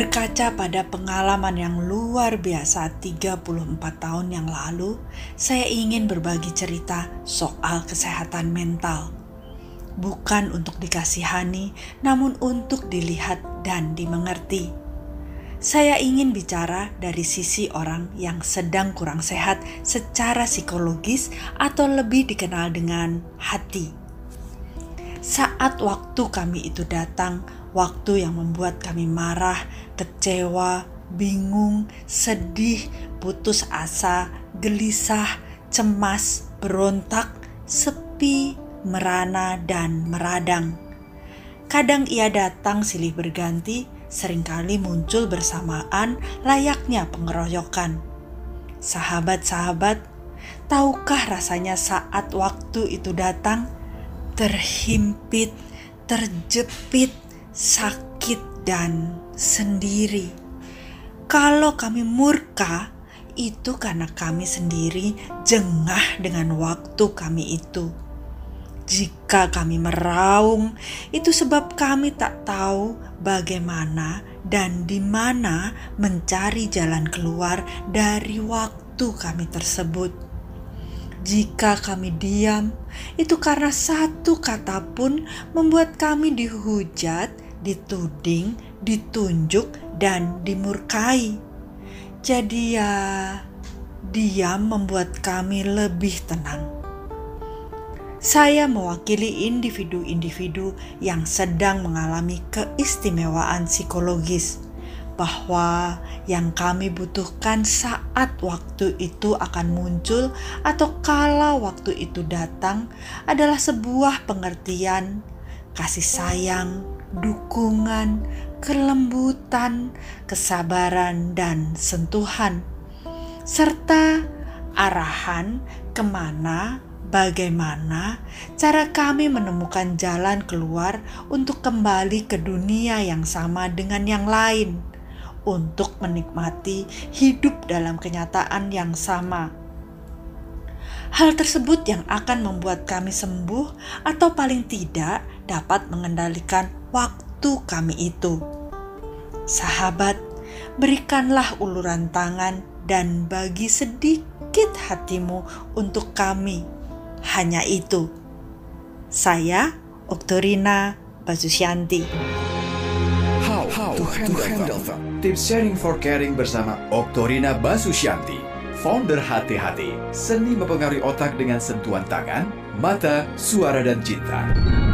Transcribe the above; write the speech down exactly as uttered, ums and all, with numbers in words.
Berkaca pada pengalaman yang luar biasa tiga puluh empat tahun yang lalu, saya ingin berbagi cerita soal kesehatan mental. Bukan untuk dikasihani, namun untuk dilihat dan dimengerti. Saya ingin bicara dari sisi orang yang sedang kurang sehat secara psikologis atau lebih dikenal dengan hati. Saat waktu kami itu datang, waktu yang membuat kami marah, kecewa, bingung, sedih, putus asa, gelisah, cemas, berontak, sepi, merana, dan meradang. Kadang ia datang silih berganti, seringkali muncul bersamaan layaknya pengeroyokan. Sahabat-sahabat, tahukah rasanya saat waktu itu datang? Terhimpit, terjepit, sakit, dan sendiri. Kalau kami murka, itu karena kami sendiri jengah dengan waktu kami itu. Jika kami meraung, itu sebab kami tak tahu bagaimana dan di mana mencari jalan keluar dari waktu kami tersebut. Jika kami diam, itu karena satu kata pun membuat kami dihujat, dituding, ditunjuk, dan dimurkai. Jadi ya, diam membuat kami lebih tenang. Saya mewakili individu-individu yang sedang mengalami keistimewaan psikologis, bahwa yang kami butuhkan saat waktu itu akan muncul atau kala waktu itu datang adalah sebuah pengertian, kasih sayang, dukungan, kelembutan, kesabaran, dan sentuhan, serta arahan kemana, bagaimana cara kami menemukan jalan keluar untuk kembali ke dunia yang sama dengan yang lain, untuk menikmati hidup dalam kenyataan yang sama. Hal tersebut yang akan membuat kami sembuh atau paling tidak dapat mengendalikan waktu kami itu. Sahabat, berikanlah uluran tangan dan bagi sedikit hatimu untuk kami. Hanya itu. Saya, Oktorina Basusyanti. How, How to handle, to handle them. Tips sharing for caring bersama Oktorina Basusyanti, founder H T H T, seni mempengaruhi otak dengan sentuhan tangan, mata, suara, dan cinta.